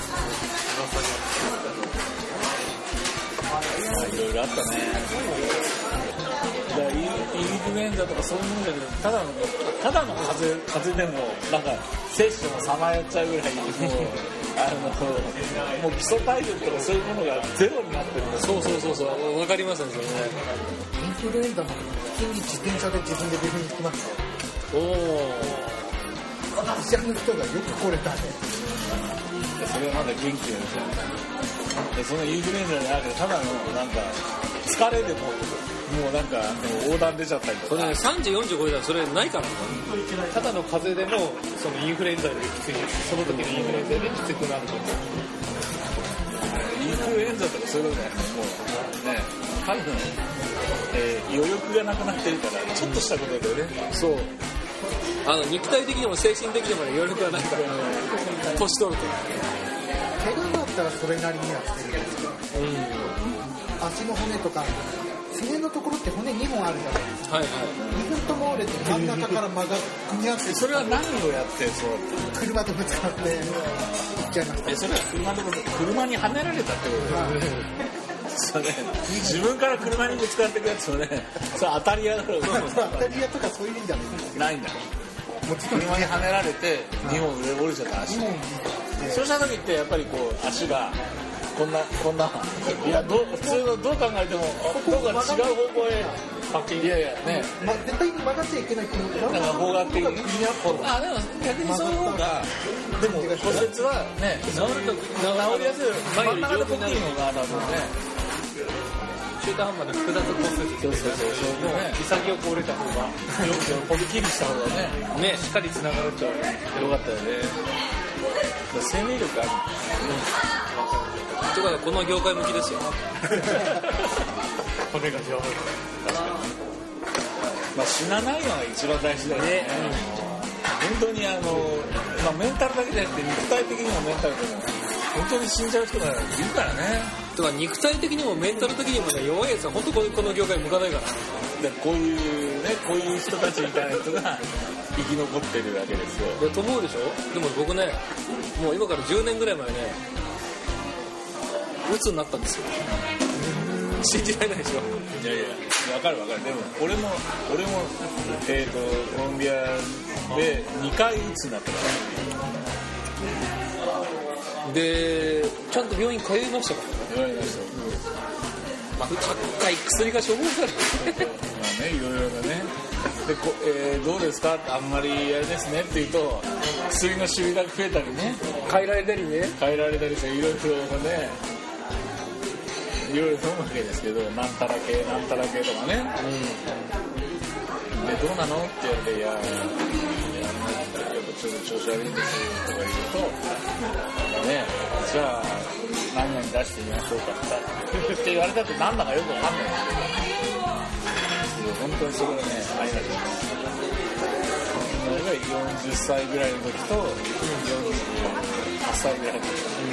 まあいろいろあったね。だからインフルエンザとかそういうものだけどただのただの風邪風邪でもなんか精神もさまよっちゃうぐらいもうあのもう基礎体力とかそういうものがゼロになってるんだ。 そうそうそうそう分かりますねそれね。 インフルエンザの時に普通に自転車で自分で病院に行きましたよ。 おお医者の人がよく来れたね。 それはまだ元気ですよね。でそのインフルエンザにあるただのなんか疲れでももうなんかもう横断出ちゃったりとかそれ、ね、さんじゅう、よんじゅう超えたらそれないからね。 ただの風邪でもそのインフルエンザよりきついその時のインフルエンザよりきつくなると思う。 インフルエンザとかそういうことだよね。もうね多分えー、余力がなくなってるからちょっとしたことだよね、 そう、あの肉体的にも精神的にもね余力がないから年取ると怪我だったらそれなりにはしてるんですけど、うん、足の骨とかすねのところって骨にほんあるじゃないですか、はいはい、にほんとも折れて真ん中から曲が組み合わせて、 それは何をやってそう車とぶつかって行っちゃいました。 えそれは車と車にはねられたってことですよね。それ自分から車にぶつかってくやつをね、それ当たり屋だろう。 当たり屋とかそういう意味じゃないんだ。もう車にはねられてにほん上折れちゃった足。そうした時ってやっぱりこう足がこんなこんないやどう普通のどう考えてもどうか違う方向へパッキンいやいやね、 ま、絶対に曲がっちゃいけないっていうなんか方角的にあでも逆にそういう方がでも骨折はね治ると治りやすい真ん中でポッキンのが多分ね中途半端で複雑骨折そうそうそうそうね潔く折れた方がポリキリした方がねねしっかり繋がるっちゃよかったよね。生命力あるというかこの業界向きですよ骨が丈夫まあ死なないのが一番大事だよね、ね、本当にあの、まあ、メンタルだけじゃなくて肉体的にもメンタル的にも本当に死んじゃう人がいるからね。 とか肉体的にもメンタル的にもね弱いやつは本当このこの業界向かないからでこういうねこういう人たちみたいな人が生き残ってるわけですよ。 と思うでしょ。でも僕ねもう今からじゅうねんぐらい前ね鬱になったんですよ。信じられないでしょ。 いやいや分かる分かる。でも俺も俺もえっ、ー、とコロンビアでにかい鬱になったからでちゃんと病院通いましたからね。 通いました。 まあ高い薬が処方されてまあねいろいろなねでこ、えー、どうですかってあんまりあれですねって言うと薬の種類が増えたりね変えられたりね変えられたりしていろいろねいろいろ飲むわけですけどなんたら系なんたら系とかね、うん、でどうなのって言われていやいやちょっと調子悪いんですとか言うとねじゃあ何々出してみましょうかって言われたってなんだかよくわかんないんですけど本当にそれがねありましたね。それがよんじゅっさいぐらいの時とよんじゅうはっさいぐらいの時、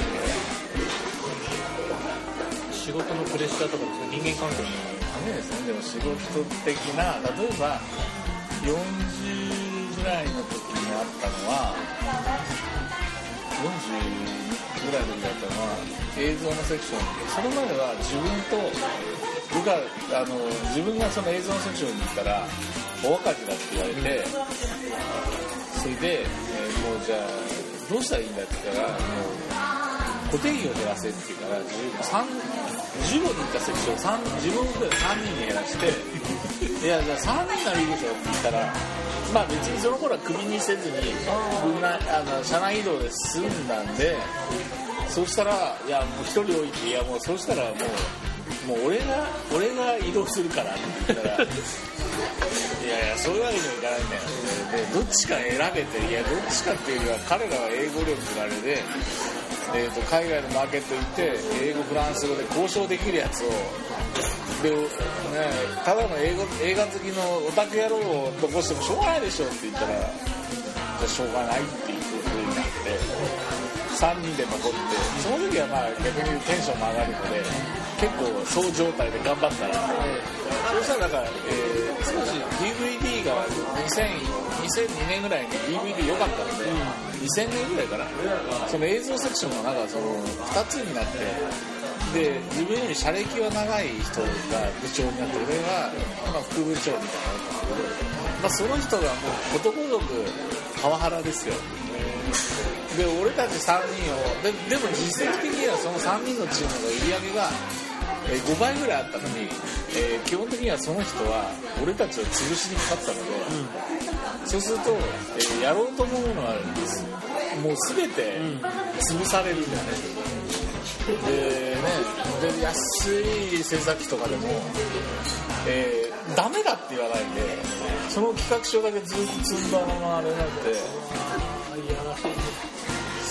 うん、仕事のプレッシャーとか人間関係のダメですね。でも仕事的な例えばよんじゅうぐらいの時にあったのはよんじゅうぐらいの時だったのは映像のセクションでその前は自分と僕はあの自分がその映像のセクションに行ったら大赤字だって言われてそれで、えー、もうじゃあどうしたらいいんだって言ったらもう固定費を減らせって言うからじゅうごにんいたセクションさん自分でさんにんに減らしていやじゃあさんにんならいいでしょって言ったらまあ別にその頃はクビにせずに分なあの社内移動で済んだんでそうしたらいやもう一人置いていやもうそうしたらもうもう俺が俺が移動するからって言ったらいやいやそういうわけにはいかないんだよでどっちか選べていやどっちかっていうよりは彼らは英語力があれで、えー、と海外のマーケット行って英語フランス語で交渉できるやつをで、ね、ただの英語映画好きのオタク野郎を残してもしょうがないでしょって言ったらじゃあしょうがないっていう風になってさんにんで残ってその時はまあ逆にテンションも上がるので結構そう状態で頑張ったら、そうしたらだから、えー、少し ディーブイディー がにせんにねんぐらいに ディーブイディー 良かったので、にせんねんぐらいからその映像セクションがなんかそのふたつになってで自分より社歴は長い人が部長になって俺が、まあ、副部長みたいなのだったんですけど、まあ、その人がもうことごとくパワハラですよ。で俺たちさんにんを で, でも実績的にはそのさんにんのチームの売り上げがごばいぐらいあったのに、えー、基本的にはその人は俺たちを潰しにかかったので、うん、そうすると、えー、やろうと思うのはもう全て潰されるんだよね、うん、でねで安い制作費とかでも、えー、ダメだって言わないでその企画書だけずっと積んだままあれなんてそ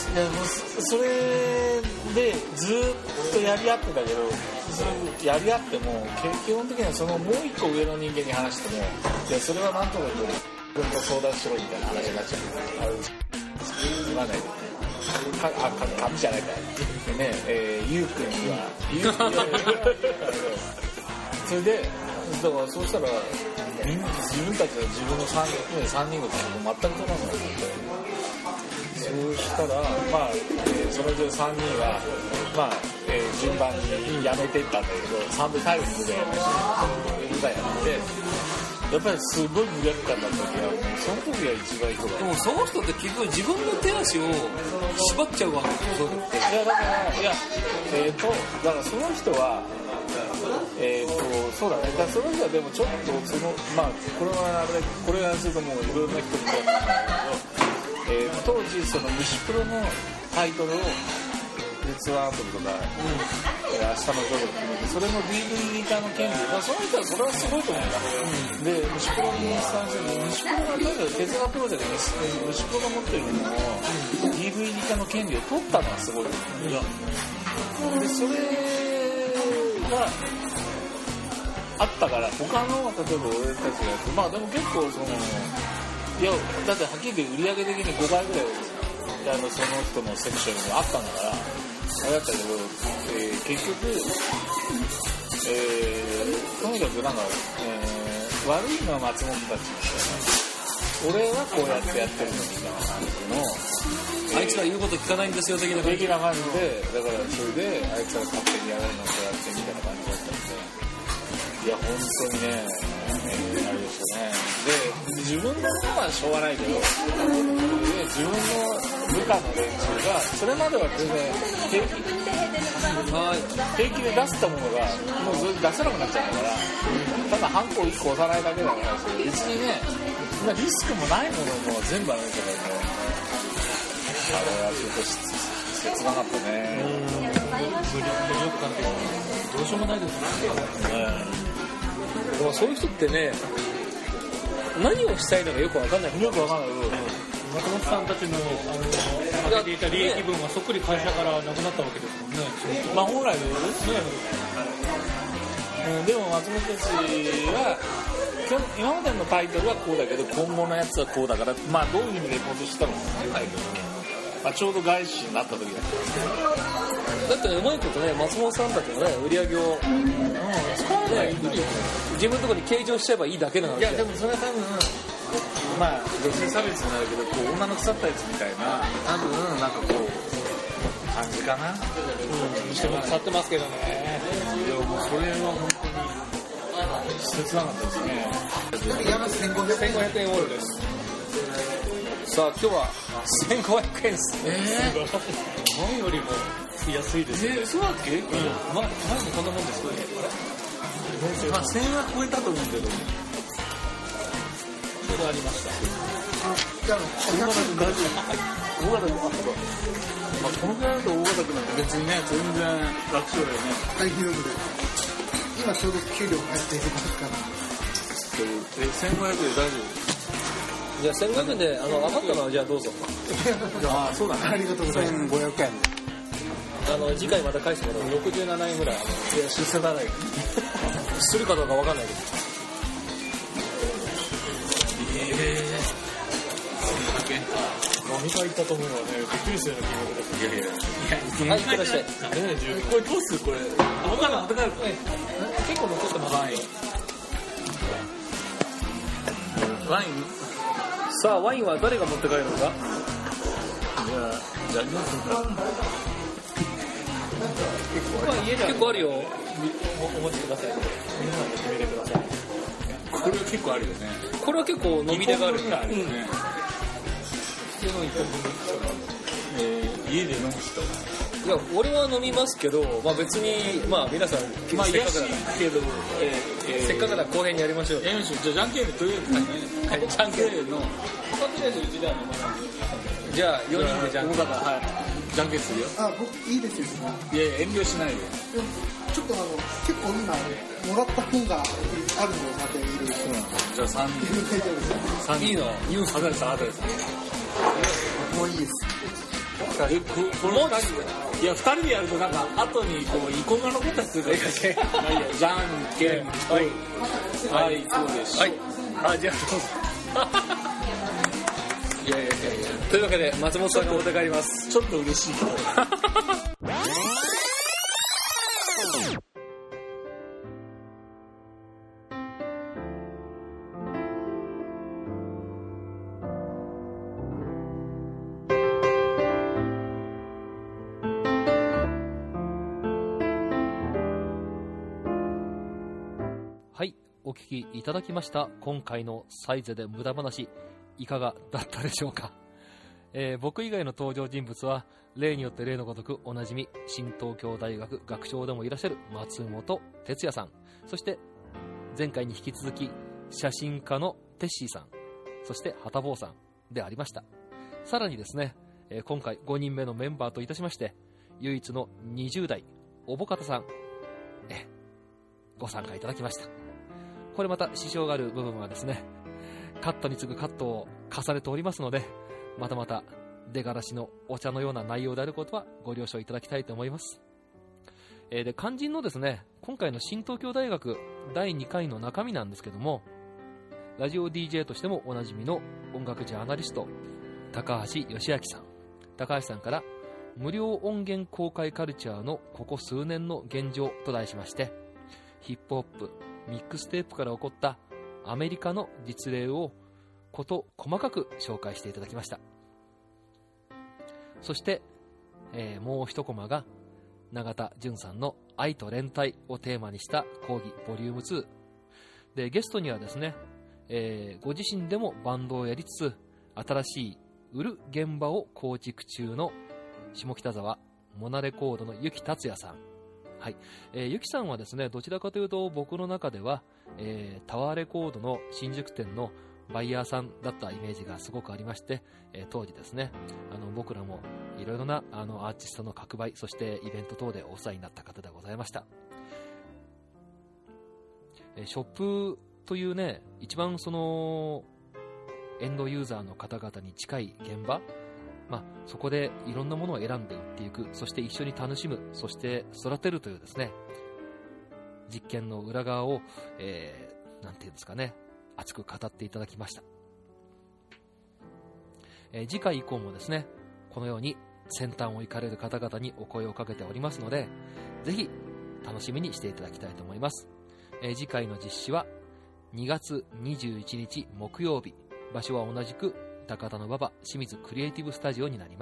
いやもうそれでずっとやり合ってたけど、それやり合っても基本的にはそのもう一個上の人間に話しても、いやそれはなんとか君と相談しろみたいな話になっちゃう。言わないでかあか紙じゃないかでね、えー、ゆうくんにはゆうくんにはそれでだからそうしたらみんな自分たちは自分のさんにんさんにんのこと全く取らないので。そうしたら、まあえー、そのうちのさんにんは、まあえー、順番に辞めていったんだけど、さんぶ最後に僕がやめて、僕がやめて、やっぱりすごい無力感だった時は、その時が一番いいところ。 でもその人って結局自分の手足を縛っちゃうわけですよ。 いやだからいやえっ、ー、とだからその人は。えーとそうだね、だからその人はでもちょっとそのまあこれはあれこれはするともういろんな人に言われたんだけど、えー、当時その虫プロのタイトルをツアーアントルとか、うんえー、明日の夜を決めて、それの ディーブイディー 化の権利、だからその人はそれはすごいと思うんだ、うん、で虫プロに参戦して虫プロがとにかく手塚プロジェクトで虫プロが持ってるものを ディーブイディー 化の権利を取ったのはすごいと思う。でそれがあったから他の例えば俺たちがやってまあでも結構そのいやだってはっきり言って売上的にごばいぐらいあのその人のセクションにもあったんだからあれだったけど、えー、結局、えー、とにかくなんか、えー、悪いのは松本たちみたいな俺はこうやってやってるのみたいな感じのあいつら言うこと聞かないんですよ的な感じ的な感じでだからそれであいつら勝手にやられるのこうやってみたいな感じだったんでいや本当にね、えー、あれですよねで自分の方はしょうがないけど自分の部下の連中がそれまでは全然平気平気で出したものがもう出せなくなっちゃったからただハンコいっこ押さないだけだから別にねリスクもないものも全部あるんですよねあれはちょっと切なかったね無力感ってどうしようもないですねでもそういう人ってね何をしたいのかよく分かんないよく分かんない、うん、 松本さんたちのあの上げていた利益分はそっくり会社からなくなったわけですもんねまあ本来のね、うん、でも松本たちは今までのタイトルはこうだけど今後のやつはこうだからまあどういう意味でレポートしたのかねタイトル、まあ、ちょうど外資になった時だっただってうまいことね松本さんたちのね売り上げを、うん、使わない、ね、自分のところに計上しちゃえばいいだけなのでいやでもそれは多分まあ女性差別になるけどこう女の腐ったやつみたいな多分なんかこう感じかなうんしても腐ってますけどねいやもうそれは本当に切なかったですねせんごひゃくえんオールですさあ今日はせんごひゃくえんですえー、前よりも安いですねえー、そうだっけ、うん、 ま、前もこんなもんですよねまあせんは超えたと思うけどそれがありましたあじゃあ大型君大丈夫大型君あったまあこのぐらいだと大型君なんて別にね全然楽勝だよね大広くで今ちょうど給料が入っていますからえせんごひゃくえん大丈夫じゃあせんごひゃくえんであの余ったのはじゃあどうぞああそうだねありがとうございますせんごひゃくえんあの次回また返してもらうろくじゅうななえんぐらいあのいや出世だらけするかどうか分かんないけどえ飲み会行ったと思うわねびっくりするような金額だったいやいやいやはいいってらっしゃいこれどうするこれ分かんない結構残ってますワインワインさあワインは誰が持って帰るのかじゃあじゃあ結構あるよお持ちください皆さんで決めてくださいこれは結構あるよねこれは結構飲み出があるにほんぶんぐらいあるよね、 普通のいっぽんぶんえー、家で飲む人いや俺は飲みますけど、まあ、別にまあ皆さんまあせっかくだ安いけど、えーえー、 せっかくだから後編にやりましょうやりましょうじゃあじゃんけんでとりあえずはいじゃんけんのとりあえずうちでは飲まないじゃあよにんでじゃんけん大方はいじゃんけんするよあ僕いいですよいやいや遠慮しないででもちょっとあの結構今もらった本があるのまでいるじゃあさんにんさんにんいいのユンさんあたりさんあたりさんもういいですえここのふたりいやふたりでやるとなんか後にこう遺恨が残ったりするからいやいやじゃんけんはいはいそうですはいあじゃあどうぞいやいやいやいやというわけで松本さんがお手帰ります。 ちょっと嬉しいはい、お聞きいただきました今回のサイゼで無駄話、いかがだったでしょうか。えー、僕以外の登場人物は例によって例のごとくおなじみ新東京大学学長でもいらっしゃる松本哲也さん、そして前回に引き続き写真家のテッシーさん、そしてはたぼうさんでありました。さらにですね、えー、今回ごにんめのメンバーといたしまして唯一のにじゅう代おぼかたさん、えー、ご参加いただきました。これまた支障がある部分はですね、カットに次ぐカットを重ねておりますので、またまた出がらしのお茶のような内容であることはご了承いただきたいと思います。えー、で肝心のですね、今回の新東京大学だいにかいの中身なんですけども、ラジオ ディージェー としてもおなじみの音楽ジャーナリスト高橋義明さん、高橋さんから無料音源公開カルチャーのここ数年の現状と題しまして、ヒップホップミックステープから起こったアメリカの実例をこと細かく紹介していただきました。そして、えー、もう一コマが永田純さんの愛と連帯をテーマにした講義ボリュームツーで、ゲストにはですね、えー、ご自身でもバンドをやりつつ新しい売る現場を構築中の下北沢モナレコードのゆき達也さん、はい、えー、ゆきさんはですね、どちらかというと僕の中では、えー、タワーレコードの新宿店のバイヤーさんだったイメージがすごくありまして、えー、当時ですね、あの僕らもいろいろなあのアーティストの拡売、そしてイベント等でお世話になった方でございました。えー、ショップというね、一番そのエンドユーザーの方々に近い現場、まあ、そこでいろんなものを選んで売っていく、そして一緒に楽しむ、そして育てるというですね、実験の裏側を、えー、なんていうんですかね、熱く語っていただきました。えー、次回以降もですね、このように先端を行かれる方々にお声をかけておりますので、ぜひ楽しみにしていただきたいと思います。えー、次回の実施はにがつにじゅういちにち木曜日、場所は同じく高田馬場清水クリエイティブスタジオになります。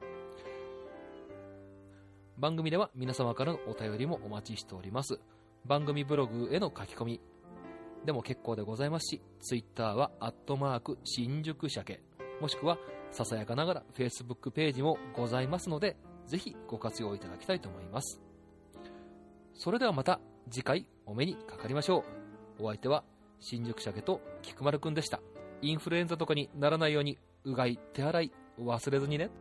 番組では皆様からのお便りもお待ちしております。番組ブログへの書き込みでも結構でございますし、ツイッターはアットマーク新宿鮭、もしくはささやかながらフェイスブックページもございますので、ぜひご活用いただきたいと思います。それではまた次回お目にかかりましょう。お相手は新宿鮭と菊丸くんでした。インフルエンザとかにならないようにうがい手洗い忘れずにね。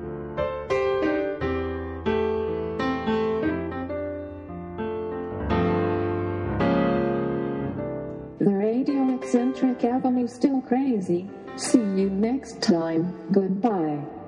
The Radio Eccentric Avenue Still Crazy. See you next time. Goodbye.